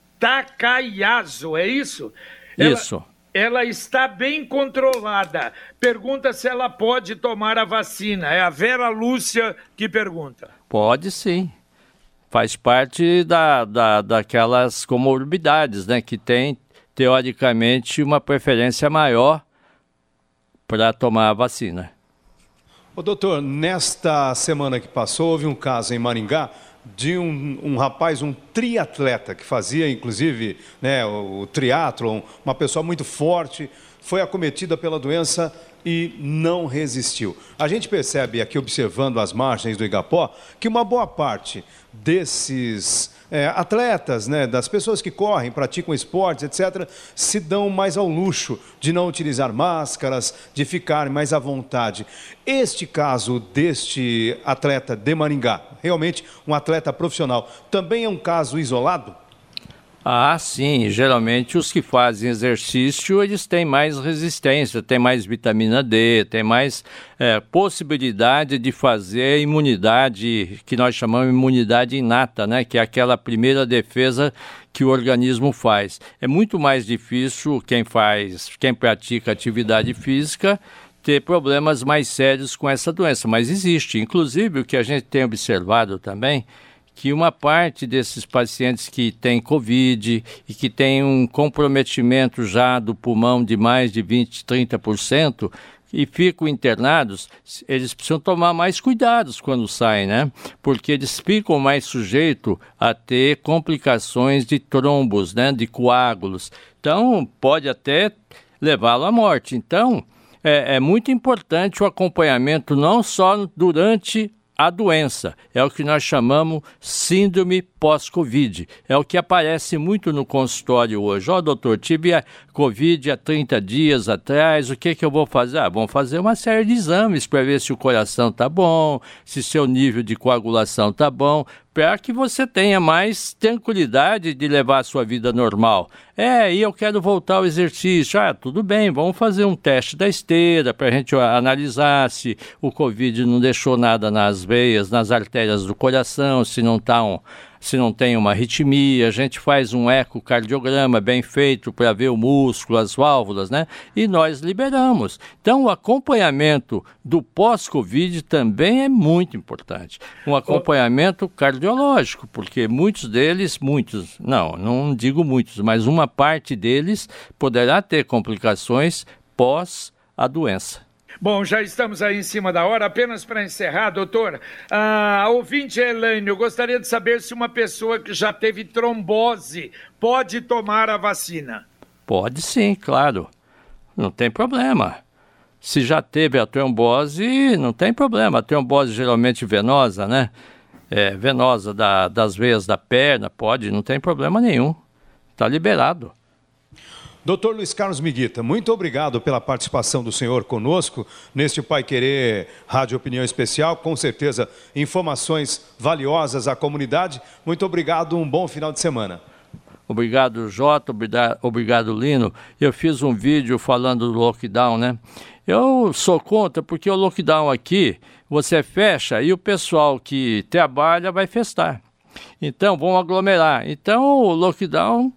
Takayasu, é isso? Isso. Ela está bem controlada. Pergunta se ela pode tomar a vacina. É a Vera Lúcia que pergunta. Pode sim. Faz parte daquelas comorbidades, né? Que tem, teoricamente, uma preferência maior para tomar a vacina. Ô, doutor, nesta semana que passou, houve um caso em Maringá de um rapaz, um triatleta, que fazia, inclusive, né, o triatlon, uma pessoa muito forte, foi acometida pela doença e não resistiu. A gente percebe aqui, observando as margens do Igapó, que uma boa parte desses atletas, né, das pessoas que correm, praticam esportes, etc., se dão mais ao luxo de não utilizar máscaras, de ficar mais à vontade. Este caso deste atleta de Maringá, realmente um atleta profissional, também é um caso isolado? Ah, sim. Geralmente os que fazem exercício, eles têm mais resistência, têm mais vitamina D, têm mais possibilidade de fazer a imunidade, que nós chamamos de imunidade inata, né? Que é aquela primeira defesa que o organismo faz. É muito mais difícil quem pratica atividade física ter problemas mais sérios com essa doença, mas existe. Inclusive, o que a gente tem observado também, que uma parte desses pacientes que têm Covid e que têm um comprometimento já do pulmão de mais de 20%, 30%, e ficam internados, eles precisam tomar mais cuidados quando saem, né? Porque eles ficam mais sujeitos a ter complicações de trombos, né? De coágulos. Então, pode até levá-lo à morte. Então, é muito importante o acompanhamento não só durante a doença, é o que nós chamamos síndrome pós-Covid. É o que aparece muito no consultório hoje. Doutor, tive a Covid há 30 dias atrás, o que eu vou fazer? Vamos fazer uma série de exames para ver se o coração está bom, se seu nível de coagulação está bom, para que você tenha mais tranquilidade de levar a sua vida normal. E eu quero voltar ao exercício. Tudo bem, vamos fazer um teste da esteira para a gente analisar se o Covid não deixou nada nas veias, nas artérias do coração, se não tem uma arritmia. A gente faz um ecocardiograma bem feito para ver o músculo, as válvulas, né? E nós liberamos. Então, o acompanhamento do pós-Covid também é muito importante. Um acompanhamento cardiológico, porque não digo muitos, mas uma parte deles poderá ter complicações pós a doença. Bom, já estamos aí em cima da hora. Apenas para encerrar, doutor, a ouvinte Elaine, eu gostaria de saber se uma pessoa que já teve trombose pode tomar a vacina. Pode sim, claro. Não tem problema. Se já teve a trombose, não tem problema. A trombose geralmente venosa, né? Venosa das veias da perna, pode, não tem problema nenhum. Está liberado. Dr. Luiz Carlos Miguita, muito obrigado pela participação do senhor conosco neste Pai Querer Rádio Opinião Especial. Com certeza, informações valiosas à comunidade. Muito obrigado, um bom final de semana. Obrigado, Jota, obrigado, Lino. Eu fiz um vídeo falando do lockdown, né? Eu sou contra porque o lockdown aqui, você fecha e o pessoal que trabalha vai festar. Então, vão aglomerar. Então, o lockdown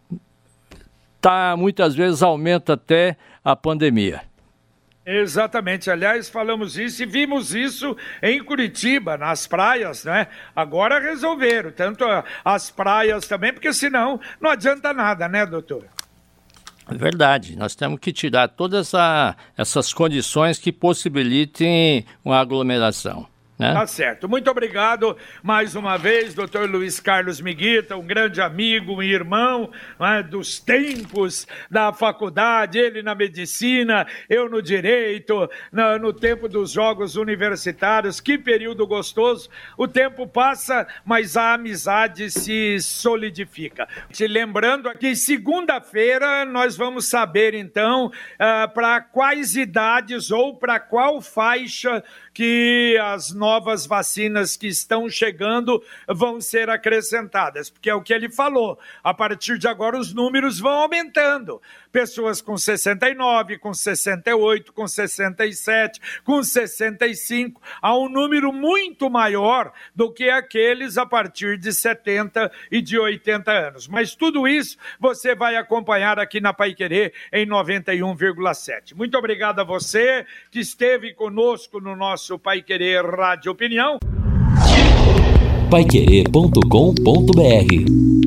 muitas vezes aumenta até a pandemia. Exatamente, aliás, falamos isso e vimos isso em Curitiba, nas praias, né? Agora resolveram, tanto as praias também, porque senão não adianta nada, né, doutor? É verdade, nós temos que tirar todas essas condições que possibilitem uma aglomeração. Tá certo. Muito obrigado mais uma vez, doutor Luiz Carlos Miguita, um grande amigo, um irmão, né, dos tempos da faculdade, ele na medicina, eu no direito, no tempo dos jogos universitários. Que período gostoso. O tempo passa, mas a amizade se solidifica. Te lembrando que segunda-feira nós vamos saber, então, para quais idades ou para qual faixa que as novas vacinas que estão chegando vão ser acrescentadas, porque é o que ele falou, a partir de agora os números vão aumentando, pessoas com 69, com 68, com 67, com 65, há um número muito maior do que aqueles a partir de 70 e de 80 anos, mas tudo isso você vai acompanhar aqui na Pai Querer em 91,7. Muito obrigado a você que esteve conosco no nosso Pai Querer Rádio Opinião. paiquerer.com.br